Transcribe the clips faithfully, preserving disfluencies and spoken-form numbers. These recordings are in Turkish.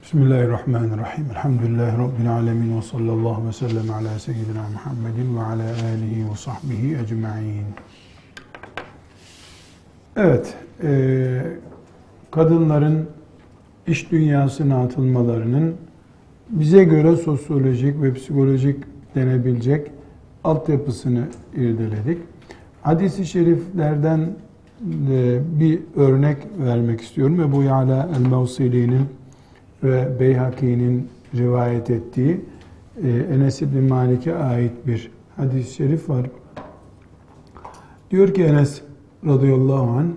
Bismillahirrahmanirrahim. Elhamdülillahi Rabbil alemin ve sallallahu ve sellem ala seyyidina Muhammedin ve ala alihi ve sahbihi ecma'in. Evet, e, kadınların iş dünyasına atılmalarının bize göre sosyolojik ve psikolojik denebilecek altyapısını irdeledik. Hadis-i şeriflerden e, bir örnek vermek istiyorum. Ebu Ya'la el-Mevsili'nin ve Beyhaki'nin rivayet ettiği Enes İbn Malik'e ait bir hadis-i şerif var. Diyor ki Enes radıyallahu anh,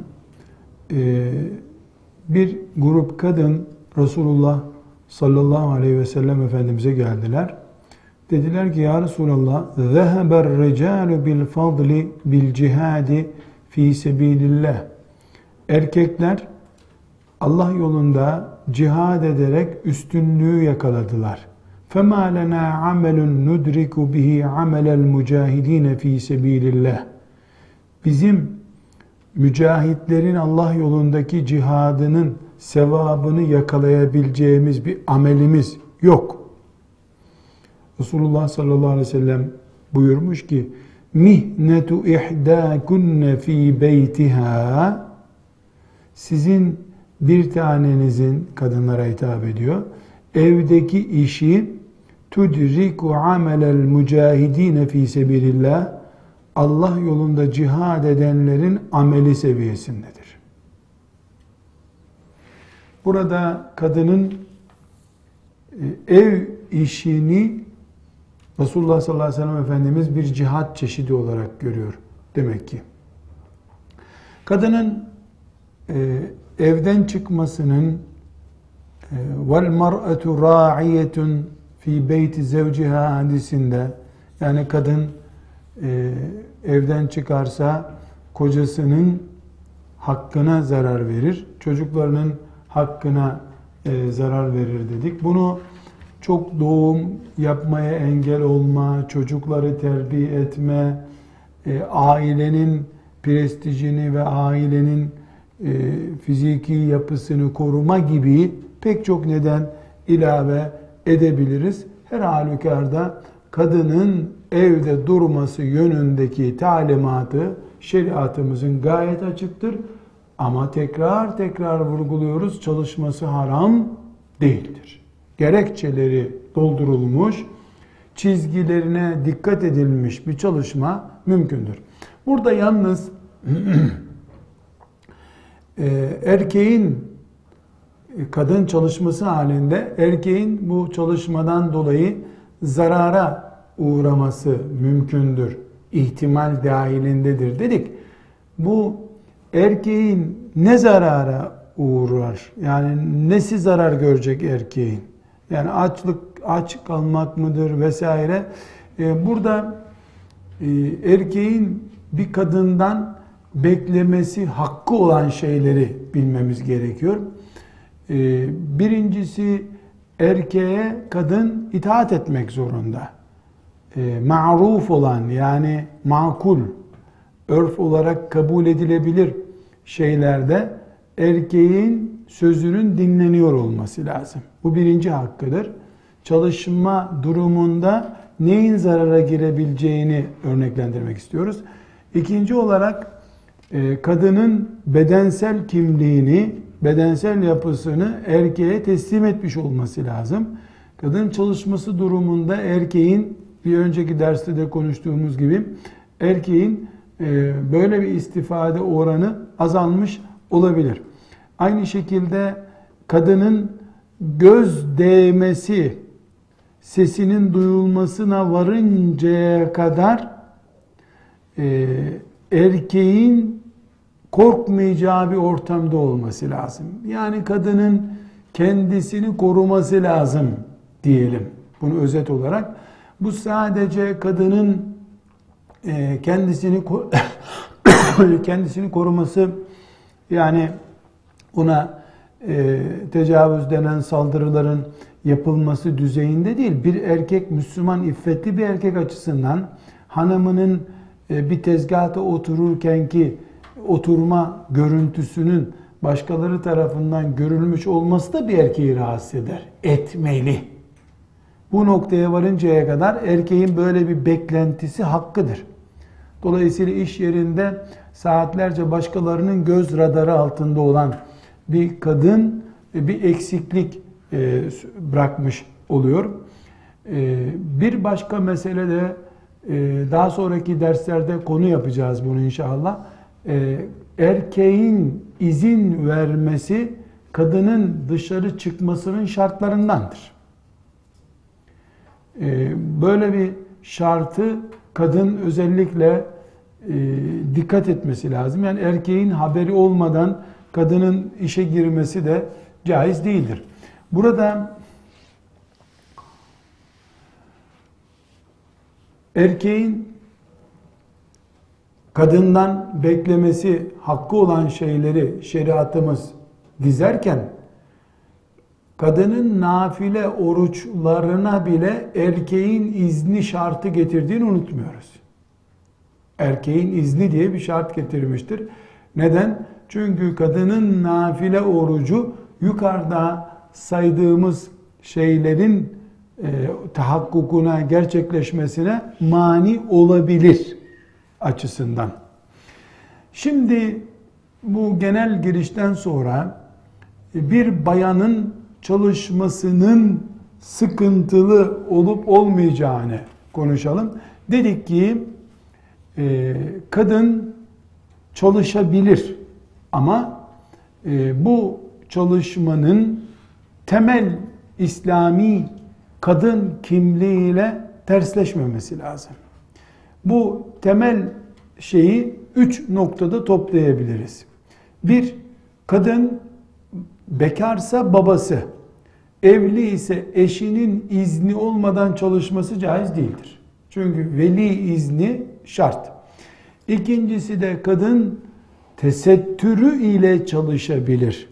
bir grup kadın Resulullah sallallahu aleyhi ve sellem Efendimiz'e geldiler. Dediler ki ya Resulallah, ذَهَبَ الرِّجَالُ بِالْفَضْلِ بِالْجِهَادِ ف۪ي سَب۪يلِ اللّٰهِ. Erkekler Allah yolunda cihad ederek üstünlüğü yakaladılar. فَمَا لَنَا عَمَلٌ نُدْرِكُ بِهِ عَمَلَ الْمُجَاهِد۪ينَ ف۪ي سَب۪يلِ اللّٰهِ. Bizim mücahitlerin Allah yolundaki cihadının sevabını yakalayabileceğimiz bir amelimiz yok. Resulullah sallallahu aleyhi ve sellem buyurmuş ki mihnetu ihdâkunne fî beytiha, sizin bir tanenizin, kadınlara hitap ediyor, evdeki işi tudriku amelel mücahidine fî sebilillah, Allah yolunda cihad edenlerin ameli seviyesindedir. Burada kadının ev işini Resulullah sallallahu aleyhi ve sellem Efendimiz bir cihat çeşidi olarak görüyor demek ki. Kadının e, evden çıkmasının vel mar'atu ra'iyetun fi beyti zevciha hadisinde, yani kadın e, evden çıkarsa kocasının hakkına zarar verir, çocuklarının hakkına e, zarar verir dedik. Bunu çok doğum yapmaya engel olma, çocukları terbiye etme, e, ailenin prestijini ve ailenin e, fiziki yapısını koruma gibi pek çok neden ilave edebiliriz. Her halükarda kadının evde durması yönündeki talimatı şeriatımızın gayet açıktır. Ama tekrar tekrar vurguluyoruz, çalışması haram değildir. Gerekçeleri doldurulmuş, çizgilerine dikkat edilmiş bir çalışma mümkündür. Burada yalnız erkeğin kadın çalışması halinde erkeğin bu çalışmadan dolayı zarara uğraması mümkündür. İhtimal dahilindedir dedik. Bu erkeğin ne zarara uğrar? Yani nesi zarar görecek erkeğin? Yani açlık, aç kalmak mıdır vesaire. Burada erkeğin bir kadından beklemesi hakkı olan şeyleri bilmemiz gerekiyor. Birincisi, erkeğe kadın itaat etmek zorunda. Ma'ruf olan, yani makul, örf olarak kabul edilebilir şeylerde erkeğin sözünün dinleniyor olması lazım. Bu birinci hakkıdır. Çalışma durumunda neyin zarara girebileceğini örneklendirmek istiyoruz. İkinci olarak kadının bedensel kimliğini, bedensel yapısını erkeğe teslim etmiş olması lazım. Kadın çalışması durumunda erkeğin, bir önceki derste de konuştuğumuz gibi, erkeğin böyle bir istifade oranı azalmış olabilir. Aynı şekilde kadının göz değmesi, sesinin duyulmasına varıncaya kadar e, erkeğin korkmayacağı bir ortamda olması lazım. Yani kadının kendisini koruması lazım diyelim. Bunu özet olarak. Bu sadece kadının e, kendisini kendisini koruması, yani ona e, tecavüz denen saldırıların yapılması düzeyinde değil. Bir erkek, Müslüman iffetli bir erkek açısından hanımının e, bir tezgahta otururken ki oturma görüntüsünün başkaları tarafından görülmüş olması da bir erkeği rahatsız eder. Etmeli. Bu noktaya varıncaya kadar erkeğin böyle bir beklentisi hakkıdır. Dolayısıyla iş yerinde saatlerce başkalarının göz radarı altında olan bir kadın bir eksiklik bırakmış oluyor. Bir başka mesele de daha sonraki derslerde konu yapacağız bunu inşallah. Erkeğin izin vermesi kadının dışarı çıkmasının şartlarındandır. Böyle bir şartı kadın özellikle dikkat etmesi lazım. Yani erkeğin haberi olmadan kadının işe girmesi de caiz değildir. Burada erkeğin kadından beklemesi hakkı olan şeyleri şeriatımız gizlerken kadının nafile oruçlarına bile erkeğin izni şartı getirdiğini unutmuyoruz. Erkeğin izni diye bir şart getirmiştir. Neden? Çünkü kadının nafile orucu yukarıda saydığımız şeylerin e, tahakkukuna, gerçekleşmesine mani olabilir açısından. Şimdi bu genel girişten sonra bir bayanın çalışmasının sıkıntılı olup olmayacağını konuşalım. Dedik ki e, kadın çalışabilir ama e, bu çalışmanın temel İslami kadın kimliğiyle tersleşmemesi lazım. Bu temel şeyi üç noktada toplayabiliriz. Bir, kadın bekarsa babası, evli ise eşinin izni olmadan çalışması caiz değildir. Çünkü veli izni şart. İkincisi de kadın tesettürü ile çalışabilir.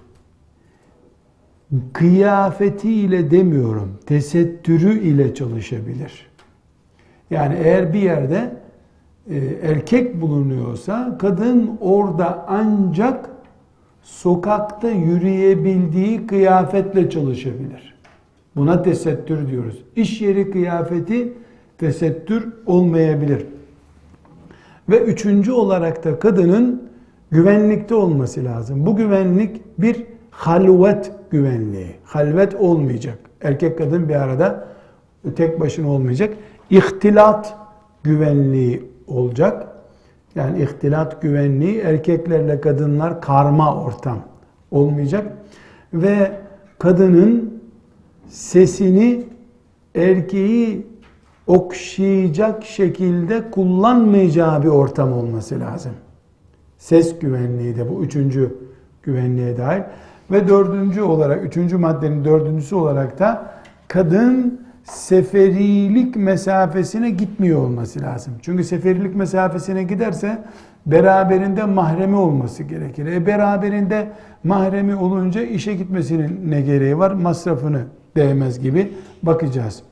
Kıyafetiyle demiyorum, tesettürü ile çalışabilir. Yani eğer bir yerde e, erkek bulunuyorsa kadın orada ancak sokakta yürüyebildiği kıyafetle çalışabilir. Buna tesettür diyoruz. İş yeri kıyafeti tesettür olmayabilir. Ve üçüncü olarak da kadının güvenlikte olması lazım. Bu güvenlik bir halvet güvenliği. Halvet olmayacak. Erkek kadın bir arada tek başına olmayacak. İhtilat güvenliği olacak. Yani ihtilat güvenliği, erkeklerle kadınlar karma ortam olmayacak. Ve kadının sesini erkeği okşayacak şekilde kullanmayacağı bir ortam olması lazım. Ses güvenliği de bu üçüncü güvenliğe dair. Ve dördüncü olarak, üçüncü maddenin dördüncüsü olarak da kadın seferilik mesafesine gitmiyor olması lazım. Çünkü seferilik mesafesine giderse beraberinde mahremi olması gerekir. E beraberinde mahremi olunca işe gitmesinin ne gereği var? Masrafını değmez gibi bakacağız.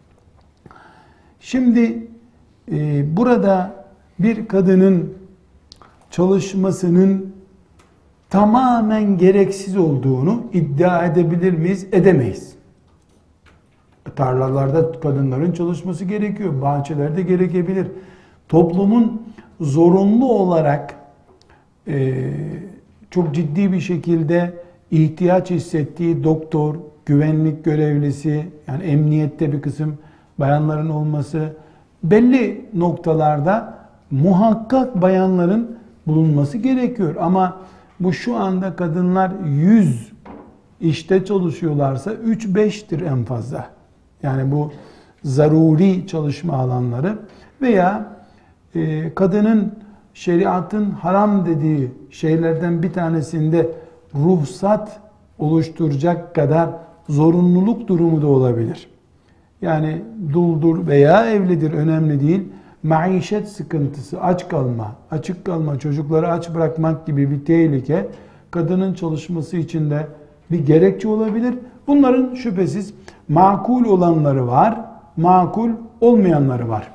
Şimdi e, burada bir kadının çalışmasının tamamen gereksiz olduğunu iddia edebilir miyiz? Edemeyiz. Tarlalarda kadınların çalışması gerekiyor. Bahçelerde gerekebilir. Toplumun zorunlu olarak e, çok ciddi bir şekilde ihtiyaç hissettiği doktor, güvenlik görevlisi, yani emniyette bir kısım bayanların olması, belli noktalarda muhakkak bayanların bulunması gerekiyor. Ama bu şu anda kadınlar yüz işte çalışıyorlarsa üç beştir en fazla. Yani bu zaruri çalışma alanları veya e, kadının şeriatın haram dediği şeylerden bir tanesinde ruhsat oluşturacak kadar zorunluluk durumu da olabilir. Yani duldur veya evlidir, önemli değil. Maişet sıkıntısı, aç kalma, açık kalma, çocukları aç bırakmak gibi bir tehlike kadının çalışması için de bir gerekçe olabilir. Bunların şüphesiz makul olanları var, makul olmayanları var.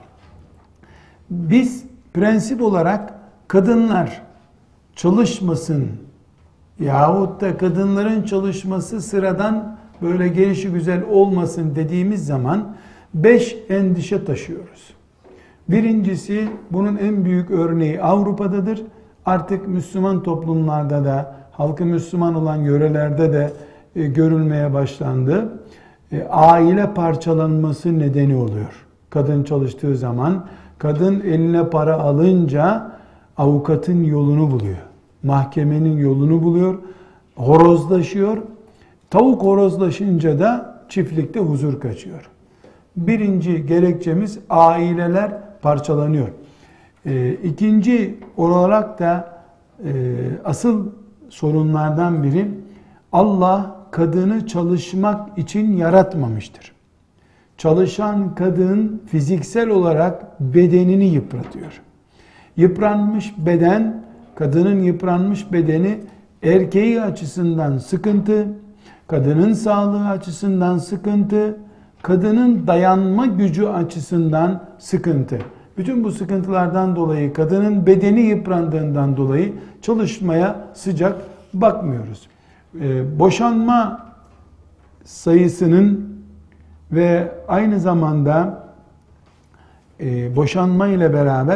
Biz prensip olarak kadınlar çalışmasın yahut da kadınların çalışması sıradan böyle gelişi güzel olmasın dediğimiz zaman beş endişe taşıyoruz. Birincisi, bunun en büyük örneği Avrupa'dadır. Artık Müslüman toplumlarda da, halkı Müslüman olan yörelerde de e, görülmeye başlandı. E, aile parçalanması nedeni oluyor. Kadın çalıştığı zaman, kadın eline para alınca avukatın yolunu buluyor. Mahkemenin yolunu buluyor. Horozlaşıyor. Tavuk horozlaşınca da çiftlikte huzur kaçıyor. Birinci gerekçemiz, aileler parçalanıyor. E, ikinci olarak da e, asıl sorunlardan biri, Allah kadını çalışmak için yaratmamıştır. Çalışan kadın fiziksel olarak bedenini yıpratıyor. Yıpranmış beden, kadının yıpranmış bedeni erkeği açısından sıkıntı, kadının sağlığı açısından sıkıntı, kadının dayanma gücü açısından sıkıntı. Bütün bu sıkıntılardan dolayı, kadının bedeni yıprandığından dolayı çalışmaya sıcak bakmıyoruz. Ee, boşanma sayısının ve aynı zamanda e, boşanma ile beraber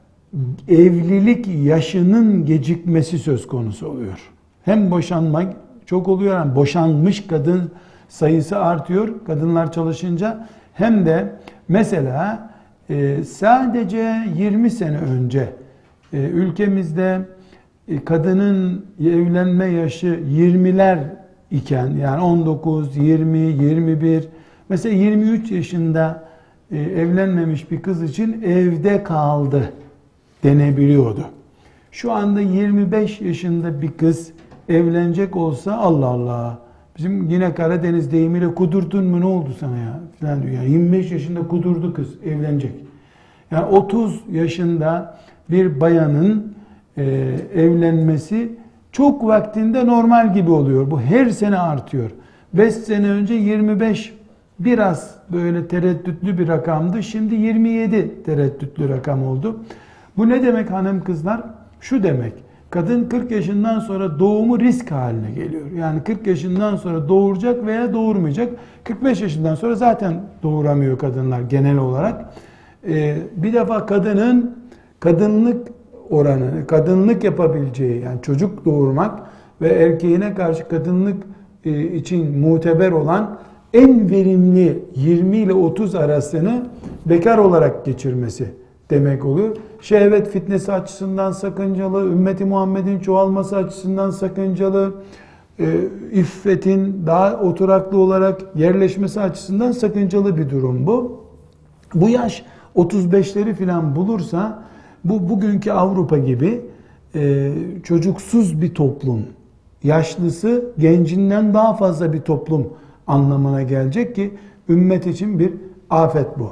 evlilik yaşının gecikmesi söz konusu oluyor. Hem boşanma çok oluyor, hem boşanmış kadın sayısı artıyor kadınlar çalışınca, hem de mesela e, sadece yirmi sene önce e, ülkemizde e, kadının evlenme yaşı yirmiler iken, yani on dokuz, yirmi, yirmi bir, mesela yirmi üç yaşında e, evlenmemiş bir kız için evde kaldı denebiliyordu. Şu anda yirmi beş yaşında bir kız evlenecek olsa, Allah Allah, bizim yine Karadeniz deyimiyle kudurtun mu, ne oldu sana ya falan diyor. Yani yirmi beş yaşında kudurdu kız, evlenecek. Yani otuz yaşında bir bayanın e, evlenmesi çok vaktinde normal gibi oluyor. Bu her sene artıyor. beş sene önce yirmi beş biraz böyle tereddütlü bir rakamdı. Şimdi yirmi yedi tereddütlü rakam oldu. Bu ne demek hanım kızlar? Şu demek: kadın kırk yaşından sonra doğumu risk haline geliyor. Yani kırk yaşından sonra doğuracak veya doğurmayacak. kırk beş yaşından sonra zaten doğuramıyor kadınlar genel olarak. Ee, bir defa kadının kadınlık oranı, kadınlık yapabileceği, yani çocuk doğurmak ve erkeğine karşı kadınlık e, için muteber olan en verimli yirmi ile otuz arasını bekar olarak geçirmesi demek oluyor. Şehvet fitnesi açısından sakıncalı, ümmeti Muhammed'in çoğalması açısından sakıncalı, e, iffetin daha oturaklı olarak yerleşmesi açısından sakıncalı bir durum bu. Bu yaş otuz beşleri filan bulursa, bu bugünkü Avrupa gibi e, çocuksuz bir toplum, yaşlısı gencinden daha fazla bir toplum anlamına gelecek ki ümmet için bir afet bu.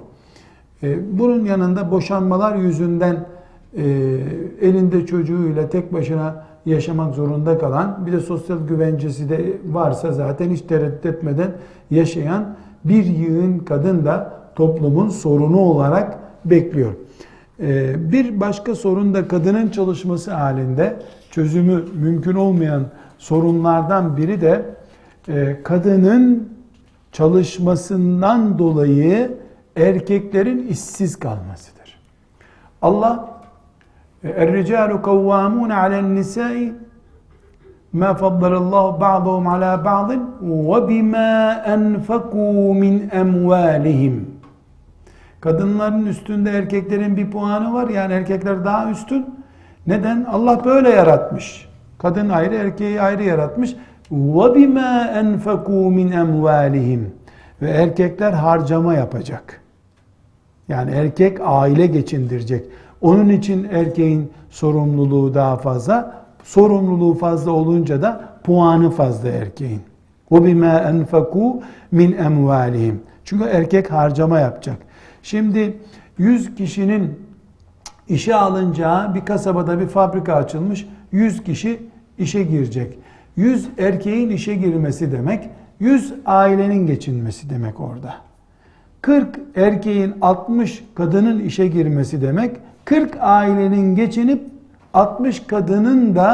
Bunun yanında boşanmalar yüzünden elinde çocuğuyla tek başına yaşamak zorunda kalan, bir de sosyal güvencesi de varsa zaten hiç tereddüt etmeden yaşayan bir yığın kadın da toplumun sorunu olarak bekliyor. Bir başka sorun da kadının çalışması halinde çözümü mümkün olmayan sorunlardan biri de kadının çalışmasından dolayı erkeklerin işsiz kalmasıdır. Allah "Er-ricalu kavvamun ale'n-nisâ'i mâ faddalallahu ba'dahum alâ ba'din ve bimâ enfekû min emvâlihim." Kadınların üstünde erkeklerin bir puanı var. Yani erkekler daha üstün. Neden? Allah böyle yaratmış. Kadın ayrı, erkeği ayrı yaratmış. وَبِمَا أَنْفَقُوا مِنْ اَمْوَالِهِمْ Ve erkekler harcama yapacak. Yani erkek aile geçindirecek. Onun için erkeğin sorumluluğu daha fazla. Sorumluluğu fazla olunca da puanı fazla erkeğin. وَبِمَا أَنْفَقُوا مِنْ اَمْوَالِهِمْ Çünkü erkek harcama yapacak. Şimdi yüz kişinin işe alınacağı bir kasabada bir fabrika açılmış. yüz kişi işe girecek. yüz erkeğin işe girmesi demek, yüz ailenin geçinmesi demek orada. kırk erkeğin, altmış kadının işe girmesi demek, kırk ailenin geçinip altmış kadının da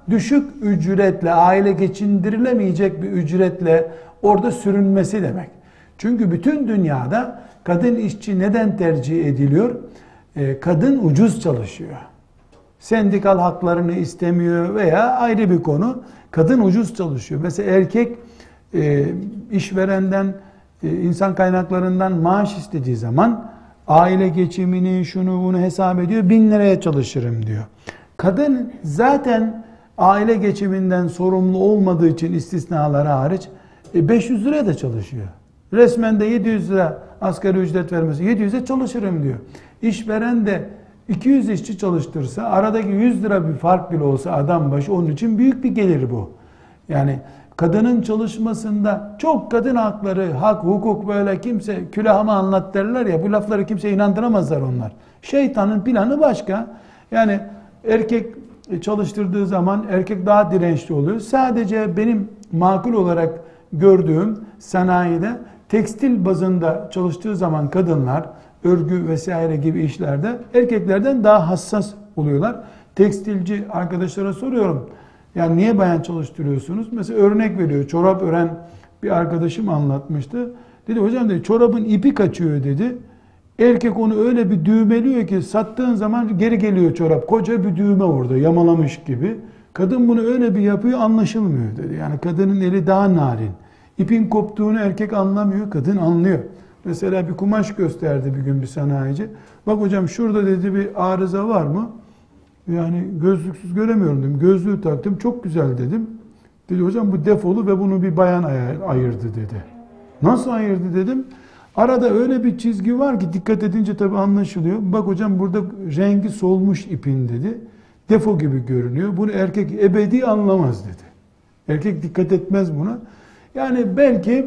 düşük ücretle, aile geçindirilemeyecek bir ücretle orada sürünmesi demek. Çünkü bütün dünyada kadın işçi neden tercih ediliyor? Ee, kadın ucuz çalışıyor. Sendikal haklarını istemiyor veya ayrı bir konu. Kadın ucuz çalışıyor. Mesela erkek e, işverenden, e, insan kaynaklarından maaş istediği zaman aile geçimini, şunu bunu hesap ediyor. Bin liraya çalışırım diyor. Kadın zaten aile geçiminden sorumlu olmadığı için istisnaları hariç beş yüz liraya da çalışıyor. Resmen de yedi yüz lira asgari ücret vermesi, yedi yüze çalışırım diyor. İşveren de iki yüz işçi çalıştırsa, aradaki yüz lira bir fark bile olsa adam başı, onun için büyük bir gelir bu. Yani kadının çalışmasında çok kadın hakları, hak, hukuk, böyle kimse külahıma anlat derler ya, bu lafları kimse inandıramazlar onlar. Şeytanın planı başka. Yani erkek çalıştırdığı zaman erkek daha dirençli oluyor. Sadece benim makul olarak gördüğüm sanayide tekstil bazında çalıştığı zaman kadınlar örgü vesaire gibi işlerde erkeklerden daha hassas oluyorlar. Tekstilci arkadaşlara soruyorum. Yani niye bayan çalıştırıyorsunuz? Mesela örnek veriyor. Çorap ören bir arkadaşım anlatmıştı. Dedi hocam dedi çorabın ipi kaçıyor dedi. Erkek onu öyle bir düğmeliyor ki sattığın zaman geri geliyor çorap. Koca bir düğme orada yamalamış gibi. Kadın bunu öyle bir yapıyor, anlaşılmıyor dedi. Yani kadının eli daha narin. İpin koptuğunu erkek anlamıyor, kadın anlıyor. Mesela bir kumaş gösterdi bir gün bir sanayici. Bak hocam şurada dedi bir arıza var mı? Yani gözlüksüz göremiyorum dedim. Gözlüğü taktım, çok güzel dedim. Dedi hocam bu defolu ve bunu bir bayan ayırdı dedi. Nasıl ayırdı dedim. Arada öyle bir çizgi var ki dikkat edince tabii anlaşılıyor. Bak hocam burada rengi solmuş ipin dedi. Defo gibi görünüyor. Bunu erkek ebedi anlamaz dedi. Erkek dikkat etmez buna. Yani belki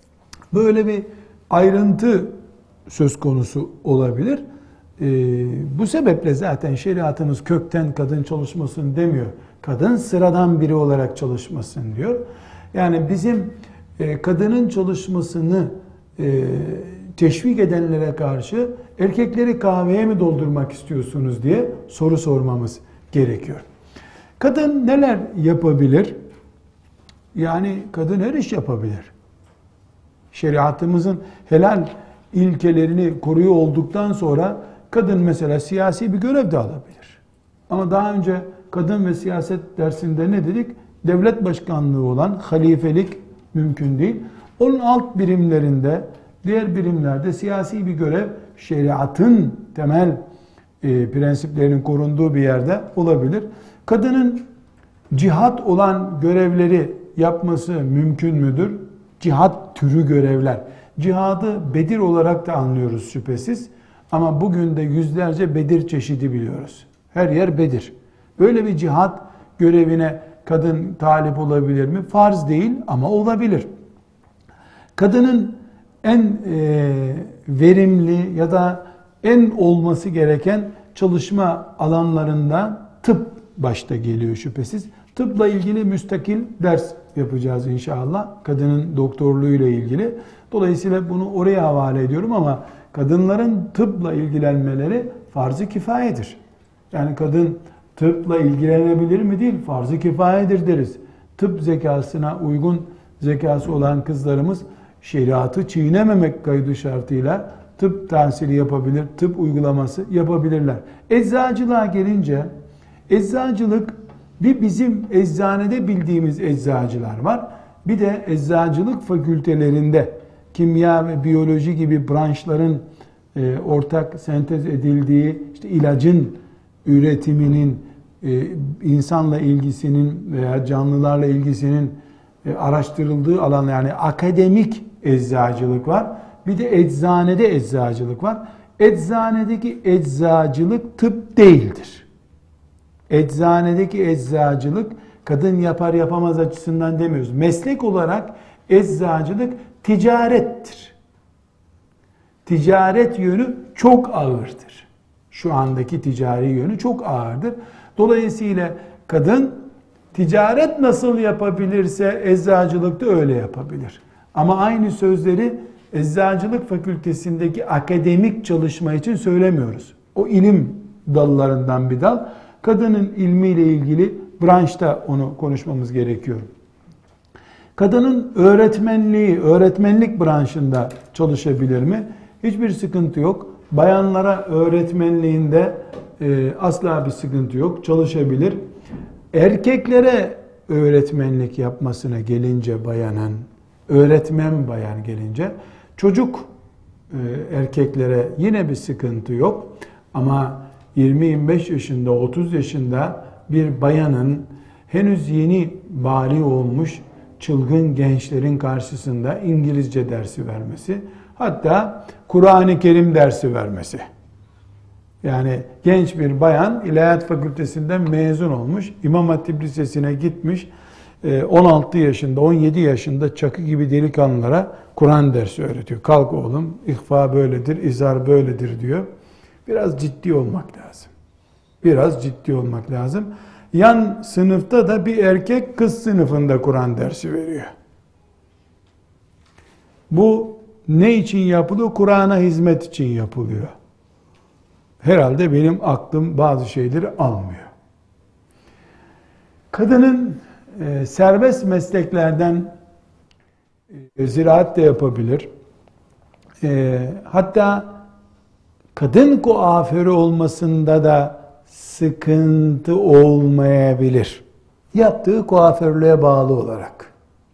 böyle bir ayrıntı söz konusu olabilir. Ee, bu sebeple zaten şeriatımız kökten kadın çalışmasın demiyor. Kadın sıradan biri olarak çalışmasın diyor. Yani bizim e, kadının çalışmasını e, teşvik edenlere karşı erkekleri kahveye mi doldurmak istiyorsunuz diye soru sormamız gerekiyor. Kadın neler yapabilir? Yani kadın her iş yapabilir. Şeriatımızın helal ilkelerini koruyor olduktan sonra kadın mesela siyasi bir görev de alabilir. Ama daha önce kadın ve siyaset dersinde ne dedik? Devlet başkanlığı olan halifelik mümkün değil. Onun alt birimlerinde, diğer birimlerde siyasi bir görev şeriatın temel e, prensiplerinin korunduğu bir yerde olabilir. Kadının cihat olan görevleri yapması mümkün müdür? Cihat türü görevler. Cihadı Bedir olarak da anlıyoruz şüphesiz. Ama bugün de yüzlerce Bedir çeşidi biliyoruz. Her yer Bedir. Böyle bir cihat görevine kadın talip olabilir mi? Farz değil ama olabilir. Kadının en e, verimli ya da en olması gereken çalışma alanlarından tıp başta geliyor şüphesiz. Tıpla ilgili müstakil ders yapacağız inşallah. Kadının doktorluğuyla ilgili. Dolayısıyla bunu oraya havale ediyorum ama kadınların tıpla ilgilenmeleri farz-ı kifayedir. Yani kadın tıpla ilgilenebilir mi değil, farz-ı kifayedir deriz. Tıp zekasına uygun zekası olan kızlarımız şeriatı çiğnememek kaydı şartıyla tıp tahsili yapabilir, tıp uygulaması yapabilirler. Eczacılığa gelince, eczacılık bir bizim eczanede bildiğimiz eczacılar var. Bir de eczacılık fakültelerinde kimya ve biyoloji gibi branşların e, ortak sentez edildiği, işte ilacın üretiminin, e, insanla ilgisinin veya canlılarla ilgisinin e, araştırıldığı alan, yani akademik eczacılık var. Bir de eczanede eczacılık var. Eczanedeki eczacılık tıp değildir. Eczanedeki eczacılık kadın yapar yapamaz açısından demiyoruz. Meslek olarak eczacılık ticarettir. Ticaret yönü çok ağırdır. Şu andaki ticari yönü çok ağırdır. Dolayısıyla kadın ticaret nasıl yapabilirse eczacılık da öyle yapabilir. Ama aynı sözleri eczacılık fakültesindeki akademik çalışma için söylemiyoruz. O ilim dallarından bir dal. Kadının ilmiyle ilgili branşta onu konuşmamız gerekiyor. Kadının öğretmenliği, öğretmenlik branşında çalışabilir mi? Hiçbir sıkıntı yok. Bayanlara öğretmenliğinde e, asla bir sıkıntı yok. Çalışabilir. Erkeklere öğretmenlik yapmasına gelince bayanın, öğretmen bayan gelince çocuk e, erkeklere yine bir sıkıntı yok. Ama yirmi yirmi beş yaşında, otuz yaşında bir bayanın henüz yeni bali olmuş çılgın gençlerin karşısında İngilizce dersi vermesi, hatta Kur'an-ı Kerim dersi vermesi. Yani genç bir bayan İlahiyat Fakültesinden mezun olmuş, İmam Hatip Lisesi'ne gitmiş, on altı yaşında, on yedi yaşında çakı gibi delikanlılara Kur'an dersi öğretiyor. Kalk oğlum, ihfa böyledir, izhar böyledir diyor. Biraz ciddi olmak lazım. Biraz ciddi olmak lazım. Yan sınıfta da bir erkek kız sınıfında Kur'an dersi veriyor. Bu ne için yapılıyor? Kur'an'a hizmet için yapılıyor. Herhalde benim aklım bazı şeyleri almıyor. Kadının e, serbest mesleklerden e, ziraat de yapabilir. E, hatta kadın kuaförü olmasında da sıkıntı olmayabilir. Yaptığı kuaförlüğe bağlı olarak.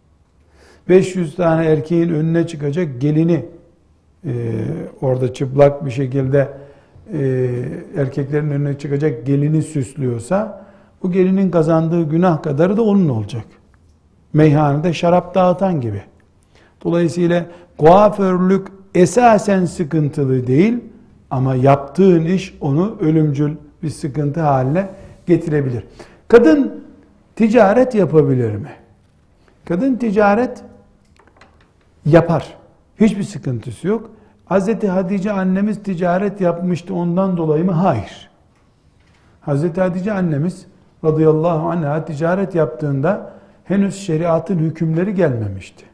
beş yüz tane erkeğin önüne çıkacak gelini e, orada çıplak bir şekilde e, erkeklerin önüne çıkacak gelini süslüyorsa bu gelinin kazandığı günah kadarı da onun olacak. Meyhanede şarap dağıtan gibi. Dolayısıyla kuaförlük esasen sıkıntılı değil ama yaptığın iş onu ölümcül bir sıkıntı haline getirebilir. Kadın ticaret yapabilir mi? Kadın ticaret yapar. Hiçbir sıkıntısı yok. Hazreti Hatice annemiz ticaret yapmıştı ondan dolayı mı? Hayır. Hazreti Hatice annemiz radıyallahu anh'a ticaret yaptığında henüz şeriatın hükümleri gelmemişti.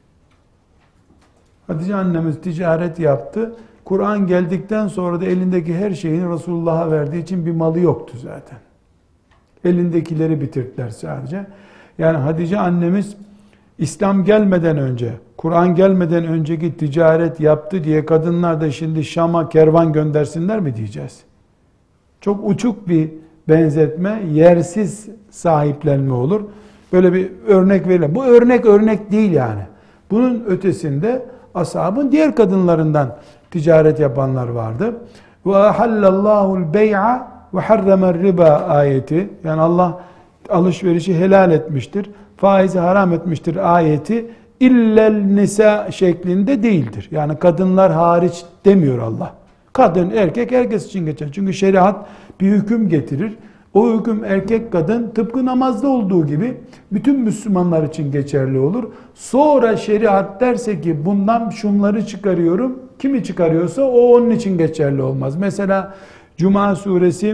Hatice annemiz ticaret yaptı. Kur'an geldikten sonra da elindeki her şeyini Resulullah'a verdiği için bir malı yoktu zaten. Elindekileri bitirdiler sadece. Yani Hatice annemiz İslam gelmeden önce, Kur'an gelmeden önceki ticaret yaptı diye kadınlar da şimdi Şam'a kervan göndersinler mi diyeceğiz? Çok uçuk bir benzetme, yersiz sahiplenme olur. Böyle bir örnek verelim. Bu örnek örnek değil yani. Bunun ötesinde ashabın diğer kadınlarından ticaret yapanlar vardı. Ve ahallallahu'l bey'a ve harramer riba ayeti. Yani Allah alışverişi helal etmiştir, faizi haram etmiştir ayeti illel nisa şeklinde değildir. Yani kadınlar hariç demiyor Allah. Kadın, erkek, herkes için geçer. Çünkü şeriat bir hüküm getirir. O hüküm erkek, kadın tıpkı namazda olduğu gibi bütün Müslümanlar için geçerli olur. Sonra şeriat derse ki bundan şunları çıkarıyorum. Kimi çıkarıyorsa o onun için geçerli olmaz. Mesela Cuma suresi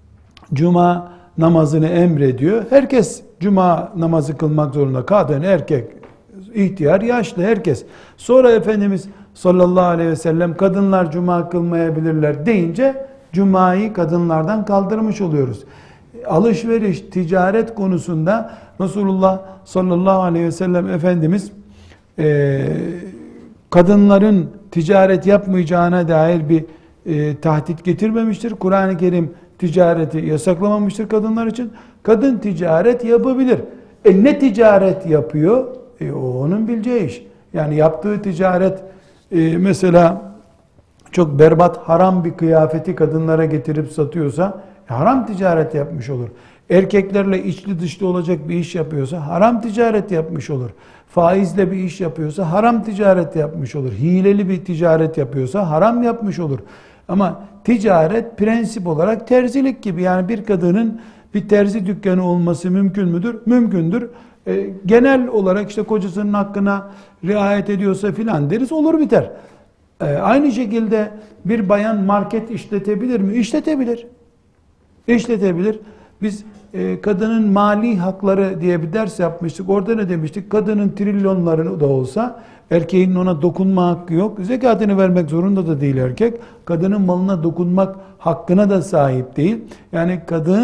Cuma namazını emrediyor. Herkes Cuma namazı kılmak zorunda. Kadın, erkek, ihtiyar, yaşlı herkes. Sonra Efendimiz sallallahu aleyhi ve sellem kadınlar Cuma kılmayabilirler deyince Cuma'yı kadınlardan kaldırmış oluyoruz. Alışveriş, ticaret konusunda Resulullah sallallahu aleyhi ve sellem Efendimiz e, kadınların ticaret yapmayacağına dair bir e, tahdit getirmemiştir. Kur'an-ı Kerim ticareti yasaklamamıştır kadınlar için. Kadın ticaret yapabilir. E ne ticaret yapıyor? E o onun bileceği iş. Yani yaptığı ticaret e, mesela çok berbat, haram bir kıyafeti kadınlara getirip satıyorsa e, haram ticaret yapmış olur. Erkeklerle içli dışlı olacak bir iş yapıyorsa haram ticaret yapmış olur. Faizle bir iş yapıyorsa haram ticaret yapmış olur. Hileli bir ticaret yapıyorsa haram yapmış olur. Ama ticaret prensip olarak terzilik gibi. Yani bir kadının bir terzi dükkanı olması mümkün müdür? Mümkündür. E, genel olarak işte kocasının hakkına riayet ediyorsa filan deriz, olur biter. E, aynı şekilde bir bayan market işletebilir mi? İşletebilir. İşletebilir. Biz e, kadının mali hakları diye bir ders yapmıştık. Orada ne demiştik? Kadının trilyonları da olsa erkeğin ona dokunma hakkı yok. Zekatını vermek zorunda da değil erkek. Kadının malına dokunmak hakkına da sahip değil. Yani kadın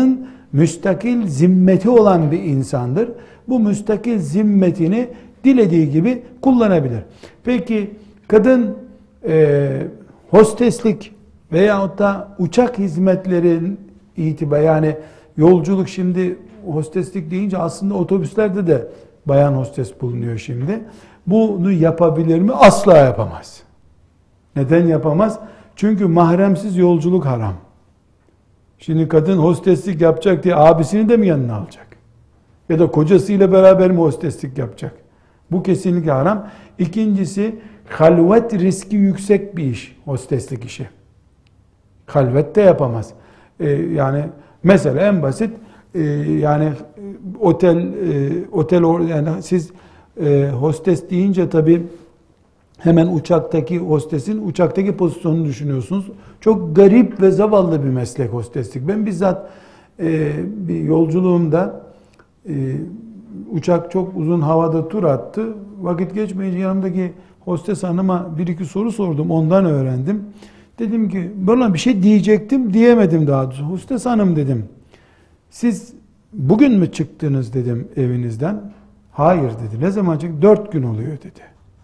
müstakil zimmeti olan bir insandır. Bu müstakil zimmetini dilediği gibi kullanabilir. Peki kadın e, hosteslik veyahut da uçak hizmetlerin itibar, yani yolculuk, şimdi hosteslik deyince aslında otobüslerde de bayan hostes bulunuyor şimdi. Bunu yapabilir mi? Asla yapamaz. Neden yapamaz? Çünkü mahremsiz yolculuk haram. Şimdi kadın hosteslik yapacak diye abisini de mi yanına alacak? Ya da kocasıyla beraber mi hosteslik yapacak? Bu kesinlikle haram. İkincisi, halvet riski yüksek bir iş, hosteslik işi. Halvet de yapamaz. Ee, yani mesela en basit, e, yani otel e, otel yani siz e, hostes deyince tabii hemen uçaktaki hostesin uçaktaki pozisyonunu düşünüyorsunuz. Çok garip ve zavallı bir meslek hosteslik. Ben bizzat e, bir yolculuğumda e, uçak çok uzun havada tur attı. Vakit geçmeyince yanımdaki hostes hanıma bir iki soru sordum. Ondan öğrendim. Dedim ki bana bir şey diyecektim, diyemedim daha doğrusu. Hostes hanım dedim. Siz bugün mü çıktınız dedim evinizden. Hayır dedi. Ne zaman çıktı? Dört gün oluyor dedi.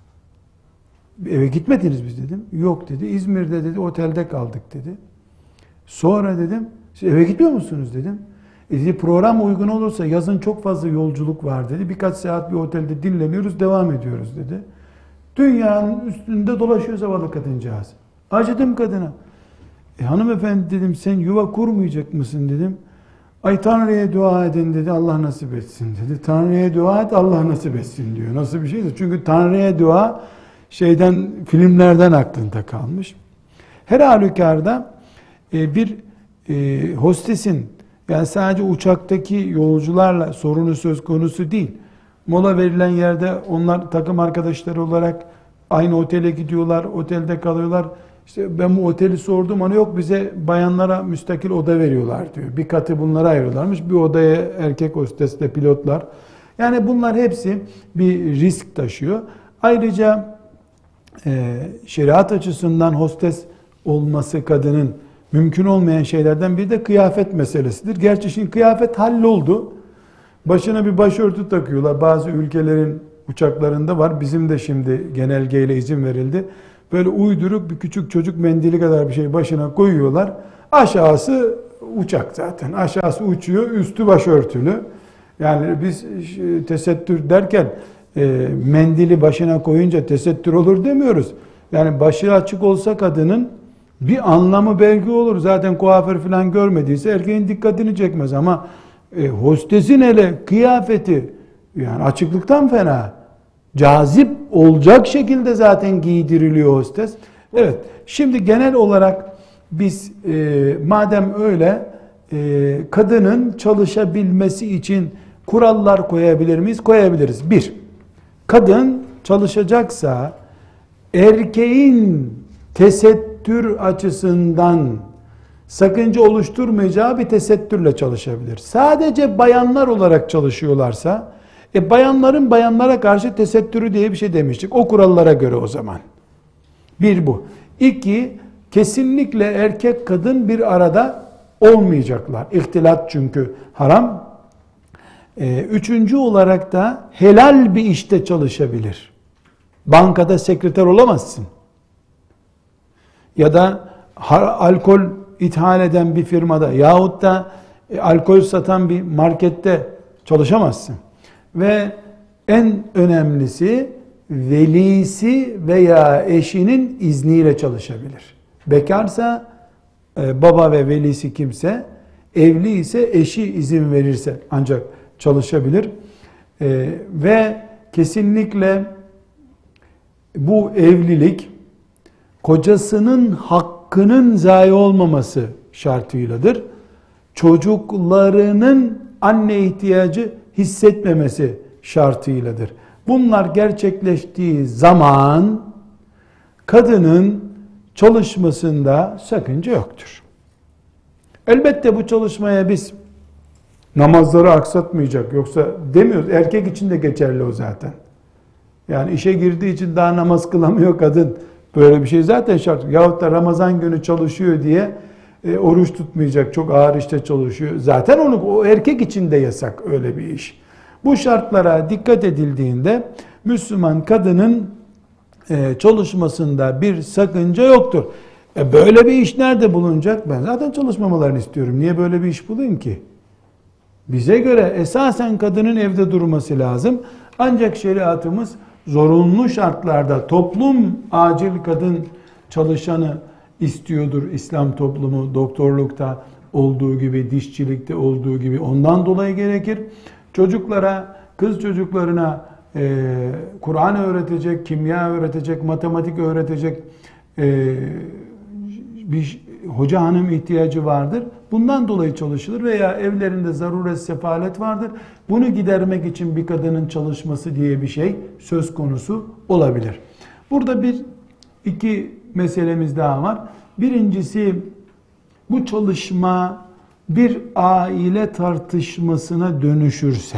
Eve gitmediniz biz dedim. Yok dedi. İzmir'de dedi otelde kaldık dedi. Sonra dedim siz eve gitmiyor musunuz dedim. E dedi, program uygun olursa yazın çok fazla yolculuk var dedi. Birkaç saat bir otelde dinleniyoruz, devam ediyoruz dedi. Dünyanın üstünde dolaşıyor zavallı kadıncağız. Acıdım kadına. E, hanımefendi dedim sen yuva kurmayacak mısın dedim. Ay Tanrı'ya dua edin dedi, Allah nasip etsin dedi. Tanrı'ya dua et, Allah nasip etsin diyor. Nasıl bir şeydir? Çünkü Tanrı'ya dua şeyden, filmlerden aklında kalmış. Her halükarda e, bir e, hostesin, yani sadece uçaktaki yolcularla sorunu söz konusu değil. Mola verilen yerde onlar takım arkadaşları olarak aynı otele gidiyorlar, otelde kalıyorlar. İşte ben bu oteli sordum, hani yok bize bayanlara müstakil oda veriyorlar diyor. Bir katı bunlara ayırıyorlarmış. Bir odaya erkek hostesle pilotlar. Yani bunlar hepsi bir risk taşıyor. Ayrıca e, şeriat açısından hostes olması kadının mümkün olmayan şeylerden biri de kıyafet meselesidir. Gerçi şimdi kıyafet halloldu. Başına bir başörtü takıyorlar. Bazı ülkelerin uçaklarında var. Bizim de şimdi genelgeyle izin verildi. Böyle uyduruk bir küçük çocuk mendili kadar bir şey başına koyuyorlar. Aşağısı uçak zaten. Aşağısı uçuyor, üstü başörtülü. Yani biz tesettür derken e, mendili başına koyunca tesettür olur demiyoruz. Yani başı açık olsa kadının bir anlamı belki olur. Zaten kuaför falan görmediyse erkeğin dikkatini çekmez ama e, hostesin hele kıyafeti yani açıklıktan fena. Cazip olacak şekilde zaten giydiriliyor hostes. Evet, şimdi genel olarak biz e, madem öyle e, kadının çalışabilmesi için kurallar koyabilir miyiz? Koyabiliriz. Bir, kadın çalışacaksa erkeğin tesettür açısından sakınca oluşturmayacağı bir tesettürle çalışabilir. Sadece bayanlar olarak çalışıyorlarsa, e bayanların bayanlara karşı tesettürü diye bir şey demiştik. O kurallara göre o zaman. Bir bu. İki, kesinlikle erkek kadın bir arada olmayacaklar. İhtilat çünkü haram. E, üçüncü olarak da helal bir işte çalışabilir. Bankada sekreter olamazsın. Ya da alkol ithal eden bir firmada yahut da e, alkol satan bir markette çalışamazsın. Ve en önemlisi velisi veya eşinin izniyle çalışabilir. Bekarsa e, baba ve velisi kimse, evli ise eşi izin verirse ancak çalışabilir. E, ve kesinlikle bu evlilik kocasının hakkının zayi olmaması şartıyladır. Çocuklarının anne ihtiyacı hissetmemesi şartıyladır. Bunlar gerçekleştiği zaman kadının çalışmasında sakınca yoktur. Elbette bu çalışmaya biz namazları aksatmayacak yoksa demiyoruz. Erkek için de geçerli o zaten. Yani işe girdiği için daha namaz kılamıyor kadın. Böyle bir şey zaten şart. Yahut da Ramazan günü çalışıyor diye e, oruç tutmayacak, çok ağır işte çalışıyor. Zaten onu o erkek için de yasak öyle bir iş. Bu şartlara dikkat edildiğinde Müslüman kadının e, çalışmasında bir sakınca yoktur. E, böyle bir iş nerede bulunacak? Ben zaten çalışmamalarını istiyorum. Niye böyle bir iş bulayım ki? Bize göre esasen kadının evde durması lazım. Ancak şeriatımız zorunlu şartlarda toplum acil kadın çalışanı istiyordur. İslam toplumu doktorlukta olduğu gibi, dişçilikte olduğu gibi ondan dolayı gerekir. Çocuklara, kız çocuklarına e, Kur'an öğretecek, kimya öğretecek, matematik öğretecek e, bir hoca hanım ihtiyacı vardır. Bundan dolayı çalışılır veya evlerinde zaruret, sefalet vardır. Bunu gidermek için bir kadının çalışması diye bir şey söz konusu olabilir. Burada bir iki meselemiz daha var. Birincisi, bu çalışma bir aile tartışmasına dönüşürse,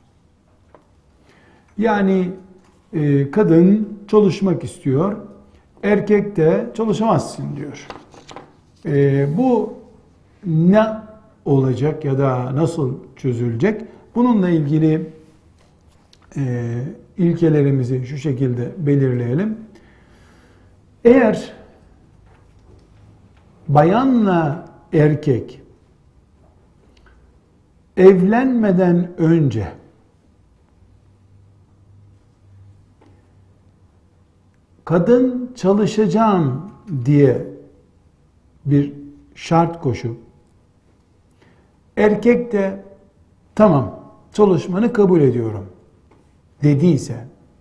yani e, kadın çalışmak istiyor, erkek de çalışamazsın diyor. E, bu ne olacak ya da nasıl çözülecek? Bununla ilgili e, ilkelerimizi şu şekilde belirleyelim. Eğer bayanla erkek evlenmeden önce kadın çalışacağım diye bir şart koşup erkek de tamam çalışmanı kabul ediyorum dediyse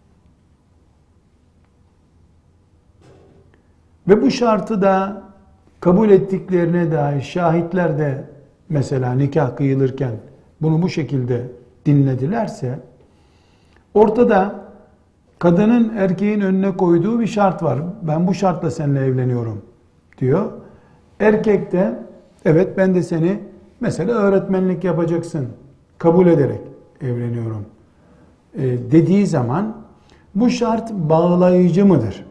ve bu şartı da kabul ettiklerine dair şahitler de mesela nikah kıyılırken bunu bu şekilde dinledilerse ortada kadının erkeğin önüne koyduğu bir şart var. Ben bu şartla seninle evleniyorum diyor. Erkek de evet ben de seni mesela öğretmenlik yapacaksın kabul ederek evleniyorum e, dediği zaman bu şart bağlayıcı mıdır?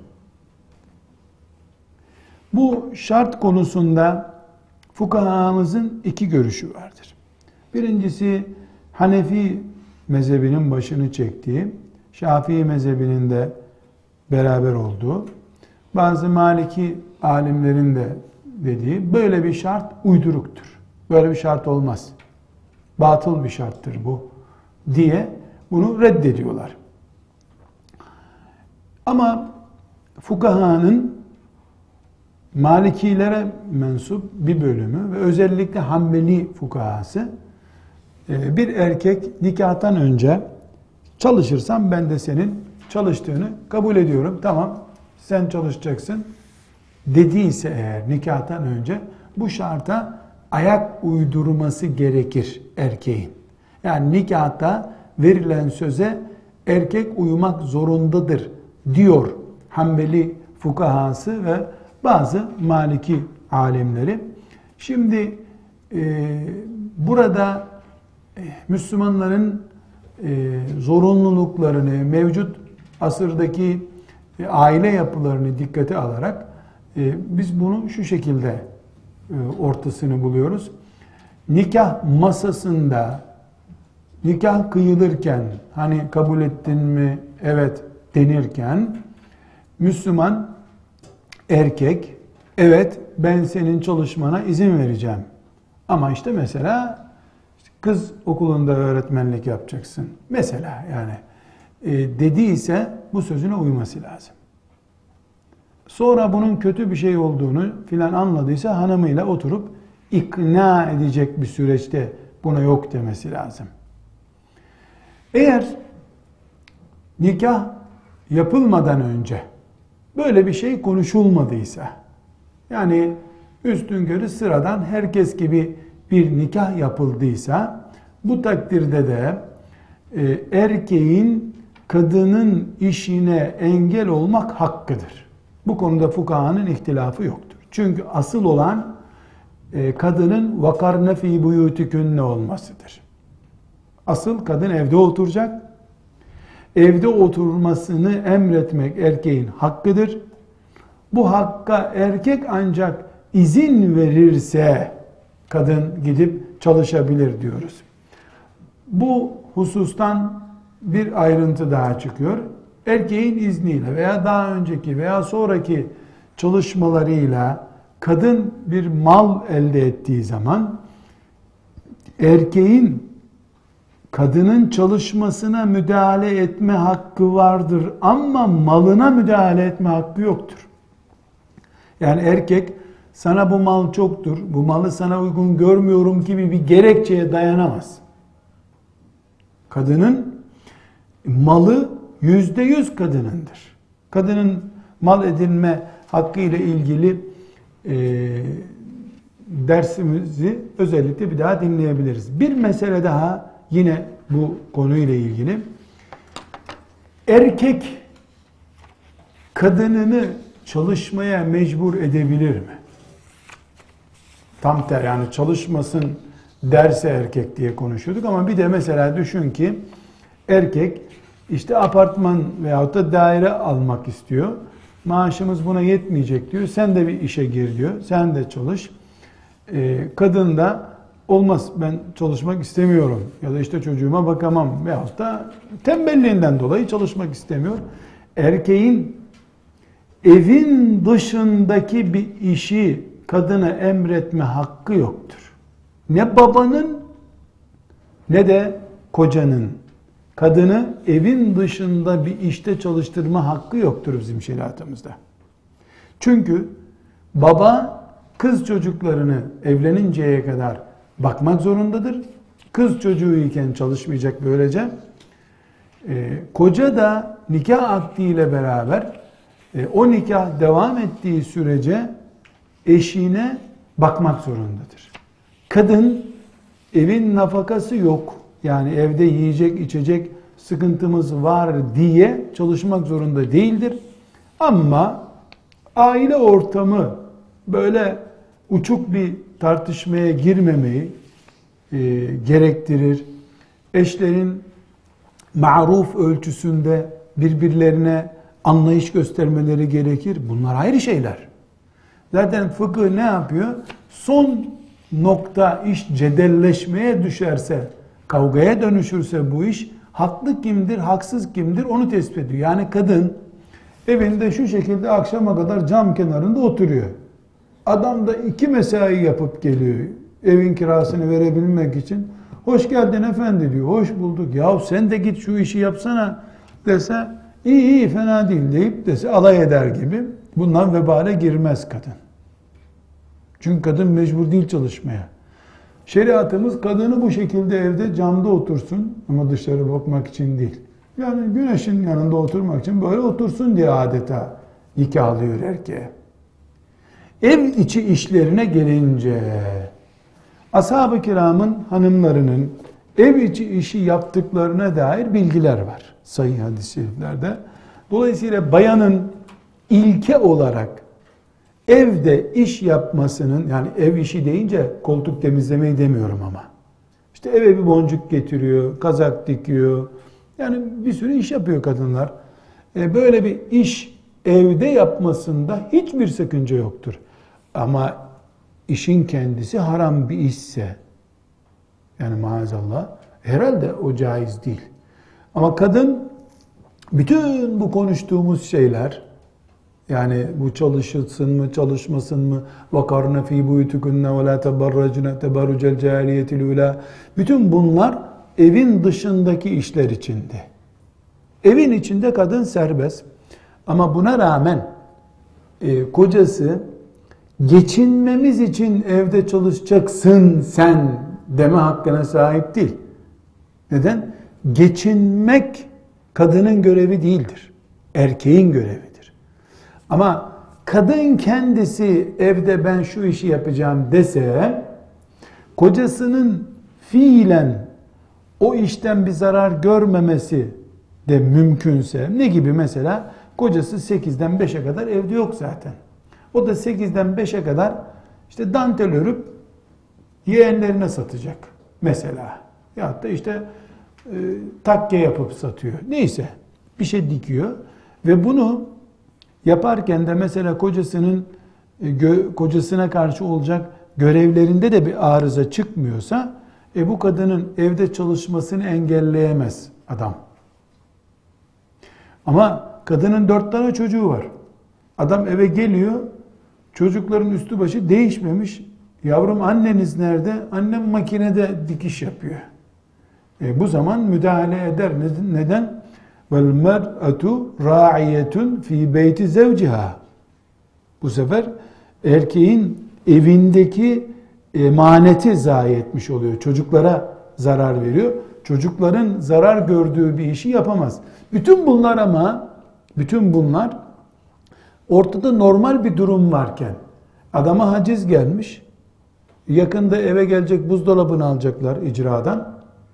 Bu şart konusunda fukahamızın iki görüşü vardır. Birincisi Hanefi mezhebinin başını çektiği, Şafii mezhebinin de beraber olduğu, bazı Maliki alimlerin de dediği böyle bir şart uyduruktur. Böyle bir şart olmaz. Batıl bir şarttır bu diye bunu reddediyorlar. Ama fukahanın Malikilere mensup bir bölümü ve özellikle Hanbeli fukahası bir erkek nikahtan önce çalışırsan ben de senin çalıştığını kabul ediyorum. Tamam sen çalışacaksın dediyse eğer nikahtan önce bu şarta ayak uydurması gerekir erkeğin. Yani nikahta verilen söze erkek uymak zorundadır diyor Hanbeli fukahası ve bazı Maliki alimleri. Şimdi e, burada e, Müslümanların e, zorunluluklarını, mevcut asırdaki e, aile yapılarını dikkate alarak e, biz bunu şu şekilde e, ortasını buluyoruz. Nikah masasında nikah kıyılırken hani kabul ettin mi evet denirken Müslüman erkek evet ben senin çalışmana izin vereceğim ama işte mesela kız okulunda öğretmenlik yapacaksın mesela yani e, dediyse bu sözüne uyması lazım. Sonra bunun kötü bir şey olduğunu filan anladıysa hanımıyla oturup ikna edecek bir süreçte buna yok demesi lazım. Eğer nikah yapılmadan önce böyle bir şey konuşulmadıysa, yani üstünkörü sıradan herkes gibi bir nikah yapıldıysa, bu takdirde de e, erkeğin kadının işine engel olmak hakkıdır. Bu konuda fukahanın ihtilafı yoktur. Çünkü asıl olan e, kadının vakarne fî buyûtikünne olmasıdır. Asıl kadın evde oturacak. Evde oturmasını emretmek erkeğin hakkıdır. Bu hakka erkek ancak izin verirse kadın gidip çalışabilir diyoruz. Bu husustan bir ayrıntı daha çıkıyor. Erkeğin izniyle veya daha önceki veya sonraki çalışmalarıyla kadın bir mal elde ettiği zaman erkeğin kadının çalışmasına müdahale etme hakkı vardır ama malına müdahale etme hakkı yoktur. Yani erkek sana bu mal çoktur, bu malı sana uygun görmüyorum gibi bir gerekçeye dayanamaz. Kadının malı yüzde yüz kadınındır. Kadının mal edinme hakkı ile ilgili e, dersimizi özellikle bir daha dinleyebiliriz. Bir mesele daha yine bu konuyla ilgili. Erkek kadınını çalışmaya mecbur edebilir mi? Tam ter yani çalışmasın derse erkek diye konuşuyorduk ama bir de mesela düşün ki erkek işte apartman veyahut da daire almak istiyor. Maaşımız buna yetmeyecek diyor. Sen de bir işe gir diyor. Sen de çalış. Ee, kadın da olmaz ben çalışmak istemiyorum ya da işte çocuğuma bakamam veyahut da tembelliğinden dolayı çalışmak istemiyor. Erkeğin evin dışındaki bir işi kadına emretme hakkı yoktur. Ne babanın ne de kocanın kadını evin dışında bir işte çalıştırma hakkı yoktur bizim şeriatımızda. Çünkü baba kız çocuklarını evleninceye kadar bakmak zorundadır. Kız çocuğu iken çalışmayacak böylece. Ee, koca da nikah akdiyle beraber e, o nikah devam ettiği sürece eşine bakmak zorundadır. Kadın evin nafakası yok. Yani evde yiyecek içecek sıkıntımız var diye çalışmak zorunda değildir. Ama aile ortamı böyle uçuk bir tartışmaya girmemeyi e, gerektirir. Eşlerin maruf ölçüsünde birbirlerine anlayış göstermeleri gerekir. Bunlar ayrı şeyler. Zaten fıkıh ne yapıyor? Son nokta iş cedelleşmeye düşerse, kavgaya dönüşürse bu iş, haklı kimdir, haksız kimdir onu tespit ediyor. Yani kadın evinde şu şekilde akşama kadar cam kenarında oturuyor. Adam da iki mesai yapıp geliyor evin kirasını verebilmek için. Hoş geldin efendi diyor. Hoş bulduk. Yahu sen de git şu işi yapsana dese iyi iyi fena değil deyip dese alay eder gibi. Bundan vebale girmez kadın. Çünkü kadın mecbur değil çalışmaya. Şeriatımız kadını bu şekilde evde camda otursun ama dışarı bakmak için değil. Yani güneşin yanında oturmak için böyle otursun diye adeta nikahlıyor erkeğe. Ev içi işlerine gelince ashab-ı kiramın hanımlarının ev içi işi yaptıklarına dair bilgiler var sahih hadis-i şeriflerde. Dolayısıyla bayanın ilke olarak evde iş yapmasının, yani ev işi deyince koltuk temizlemeyi demiyorum ama, işte eve bir boncuk getiriyor, kazak dikiyor, yani bir sürü iş yapıyor kadınlar. E böyle bir iş evde yapmasında hiçbir sakınca yoktur. Ama işin kendisi haram bir işse, yani maazallah, herhalde o caiz değil. Ama kadın bütün bu konuştuğumuz şeyler, yani bu çalışılsın mı, çalışmasın mı, وَقَرْنَ ف۪ي بُيُتُكُنَّ وَلَا تَبَرَّجْنَ تَبَرُّجَ الْجَارِيَةِ الْاُولَى bütün bunlar evin dışındaki işler içinde. Evin içinde kadın serbest. Ama buna rağmen e, kocası geçinmemiz için evde çalışacaksın sen deme hakkına sahip değil. Neden? Geçinmek kadının görevi değildir. Erkeğin görevidir. Ama kadın kendisi evde ben şu işi yapacağım dese, kocasının fiilen o işten bir zarar görmemesi de mümkünse, ne gibi mesela? Kocası sekizden beşe kadar evde yok zaten. O da sekizden beşe kadar işte dantel örüp yeğenlerine satacak mesela. Ya da işte e, takke yapıp satıyor. Neyse bir şey dikiyor ve bunu yaparken de mesela kocasının e, gö- kocasına karşı olacak görevlerinde de bir arıza çıkmıyorsa e, bu kadının evde çalışmasını engelleyemez adam. Ama kadının dört tane çocuğu var. Adam eve geliyor, çocukların üstü başı değişmemiş. Yavrum anneniz nerede? Annem makinede dikiş yapıyor. E, bu zaman müdahale eder. Neden? Vel mer'atu ra'iyetun fi beyti zevciha. Bu sefer erkeğin evindeki emaneti zayi etmiş oluyor. Çocuklara zarar veriyor. Çocukların zarar gördüğü bir işi yapamaz. Bütün bunlar ama bütün bunlar ortada normal bir durum varken adama haciz gelmiş. Yakında eve gelecek, buzdolabını alacaklar icradan.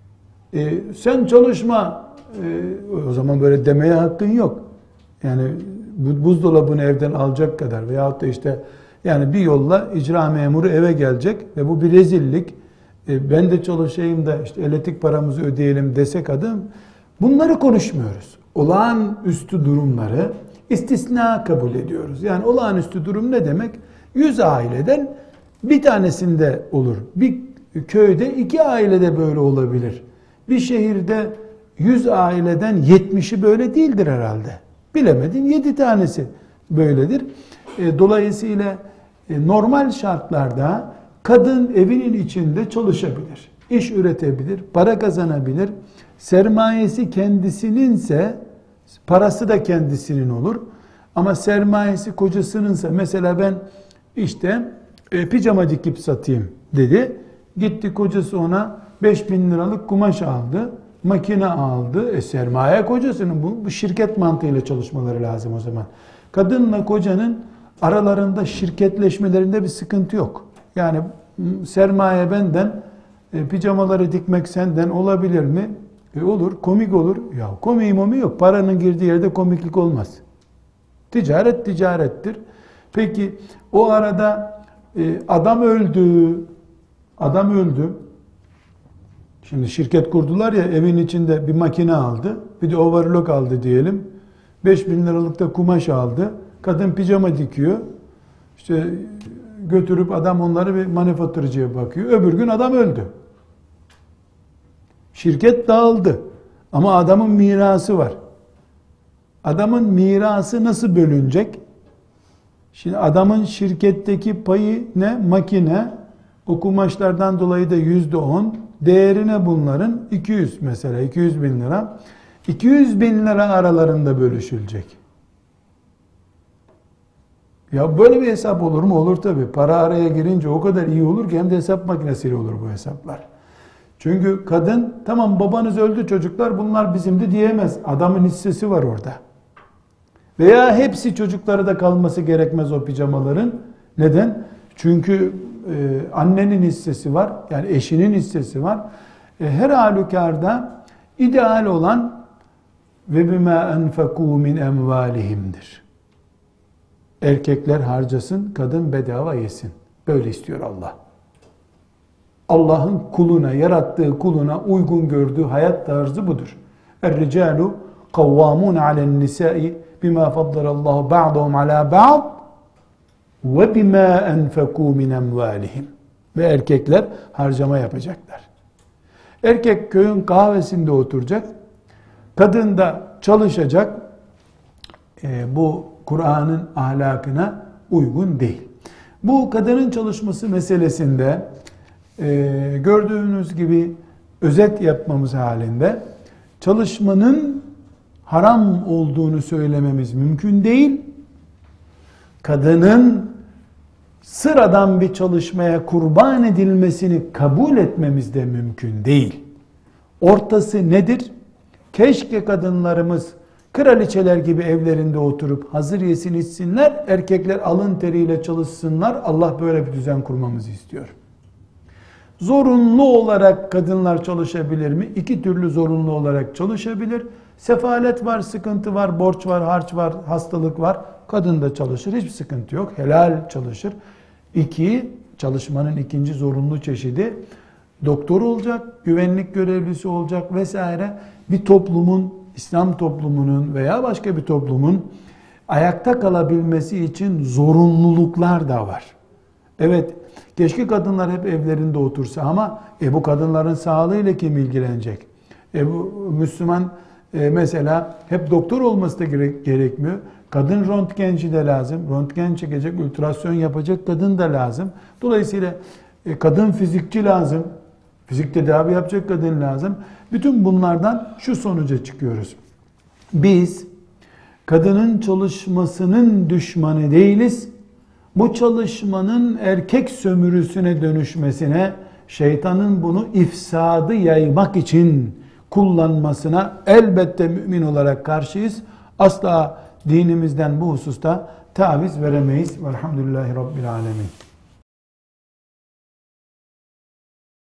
E, sen çalışma. E, o zaman böyle demeye hakkın yok. Yani bu buzdolabını evden alacak kadar veyahut da işte yani bir yolla icra memuru eve gelecek ve bu bir rezillik. E, ben de çalışayım da işte elektrik paramızı ödeyelim desek adam, bunları konuşmuyoruz. Olağanüstü durumları istisna kabul ediyoruz. Yani olağanüstü durum ne demek? Yüz aileden bir tanesinde olur. Bir köyde iki ailede böyle olabilir. Bir şehirde yüz aileden yetmişi böyle değildir herhalde. Bilemedin yedi tanesi böyledir. E, dolayısıyla e, normal şartlarda kadın evinin içinde çalışabilir. İş üretebilir, para kazanabilir. Sermayesi kendisininse parası da kendisinin olur. Ama sermayesi kocasınınsa, mesela ben işte e, pijama dikip satayım dedi. Gitti kocası ona beş bin liralık kumaş aldı. Makine aldı. E sermaye kocasının, bu, bu şirket mantığıyla çalışmaları lazım o zaman. Kadınla kocanın aralarında şirketleşmelerinde bir sıkıntı yok. Yani sermaye benden, e, pijamaları dikmek senden olabilir mi? E olur, komik olur. Ya komiği momi yok. Paranın girdiği yerde komiklik olmaz. Ticaret ticarettir. Peki o arada e, adam öldü. Adam öldü. Şimdi şirket kurdular ya, evin içinde bir makine aldı. Bir de overlock aldı diyelim. beş bin liralık da kumaş aldı. Kadın pijama dikiyor. İşte götürüp adam onları bir manifaturacıya bakıyor. Öbür gün adam öldü. Şirket dağıldı. Ama adamın mirası var. Adamın mirası nasıl bölünecek? Şimdi adamın şirketteki payı ne? Makine. O kumaşlardan dolayı da yüzde on. Değerine bunların iki yüz, mesela iki yüz bin lira. iki yüz bin lira aralarında bölüşülecek. Ya böyle bir hesap olur mu? Olur tabii. Para araya girince o kadar iyi olur ki hem de hesap makinesiyle olur bu hesaplar. Çünkü kadın tamam babanız öldü çocuklar bunlar bizimdi diyemez. Adamın hissesi var orada. Veya hepsi çocuklara da kalması gerekmez o pijamaların. Neden? Çünkü e, annenin hissesi var. Yani eşinin hissesi var. E, her halükarda ideal olan ve bima enfekû min emvalihim'dir. Erkekler harcasın, kadın bedava yesin. Böyle istiyor Allah. Allah'ın kuluna, yarattığı kuluna uygun gördüğü hayat tarzı budur. Er-ricalu kavvamun ale'n-nisâ'i bima faddalallahu ba'dahum ala ba'd ve bima enfekû min emvâlihim. Ve erkekler harcama yapacaklar. Erkek köyün kahvesinde oturacak, kadın da çalışacak. E, bu Kur'an'ın ahlakına uygun değil. Bu kadının çalışması meselesinde e, gördüğünüz gibi özet yapmamız halinde çalışmanın haram olduğunu söylememiz mümkün değil. Kadının sıradan bir çalışmaya kurban edilmesini kabul etmemiz de mümkün değil. Ortası nedir? Keşke kadınlarımız kraliçeler gibi evlerinde oturup hazır yesin içsinler, erkekler alın teriyle çalışsınlar. Allah böyle bir düzen kurmamızı istiyor. Zorunlu olarak kadınlar çalışabilir mi? İki türlü zorunlu olarak çalışabilir. Sefalet var, sıkıntı var, borç var, harç var, hastalık var. Kadın da çalışır, hiçbir sıkıntı yok. Helal çalışır. İki, çalışmanın ikinci zorunlu çeşidi doktor olacak, güvenlik görevlisi olacak vesaire. Bir toplumun, İslam toplumunun veya başka bir toplumun ayakta kalabilmesi için zorunluluklar da var. Evet, keşke kadınlar hep evlerinde otursa ama e, bu kadınların sağlığıyla kim ilgilenecek? E, bu Müslüman e, mesela hep doktor olması da gerek, gerekmiyor. Kadın röntgenci de lazım. Röntgen çekecek, ultrasyon yapacak kadın da lazım. Dolayısıyla e, kadın fizikçi lazım. Fizik tedavi yapacak kadın lazım. Bütün bunlardan şu sonuca çıkıyoruz. Biz kadının çalışmasının düşmanı değiliz. Bu çalışmanın erkek sömürüsüne dönüşmesine, şeytanın bunu ifsadı yaymak için kullanmasına elbette mümin olarak karşıyız. Asla dinimizden bu hususta taviz veremeyiz. Velhamdülillahi Rabbil Alemin.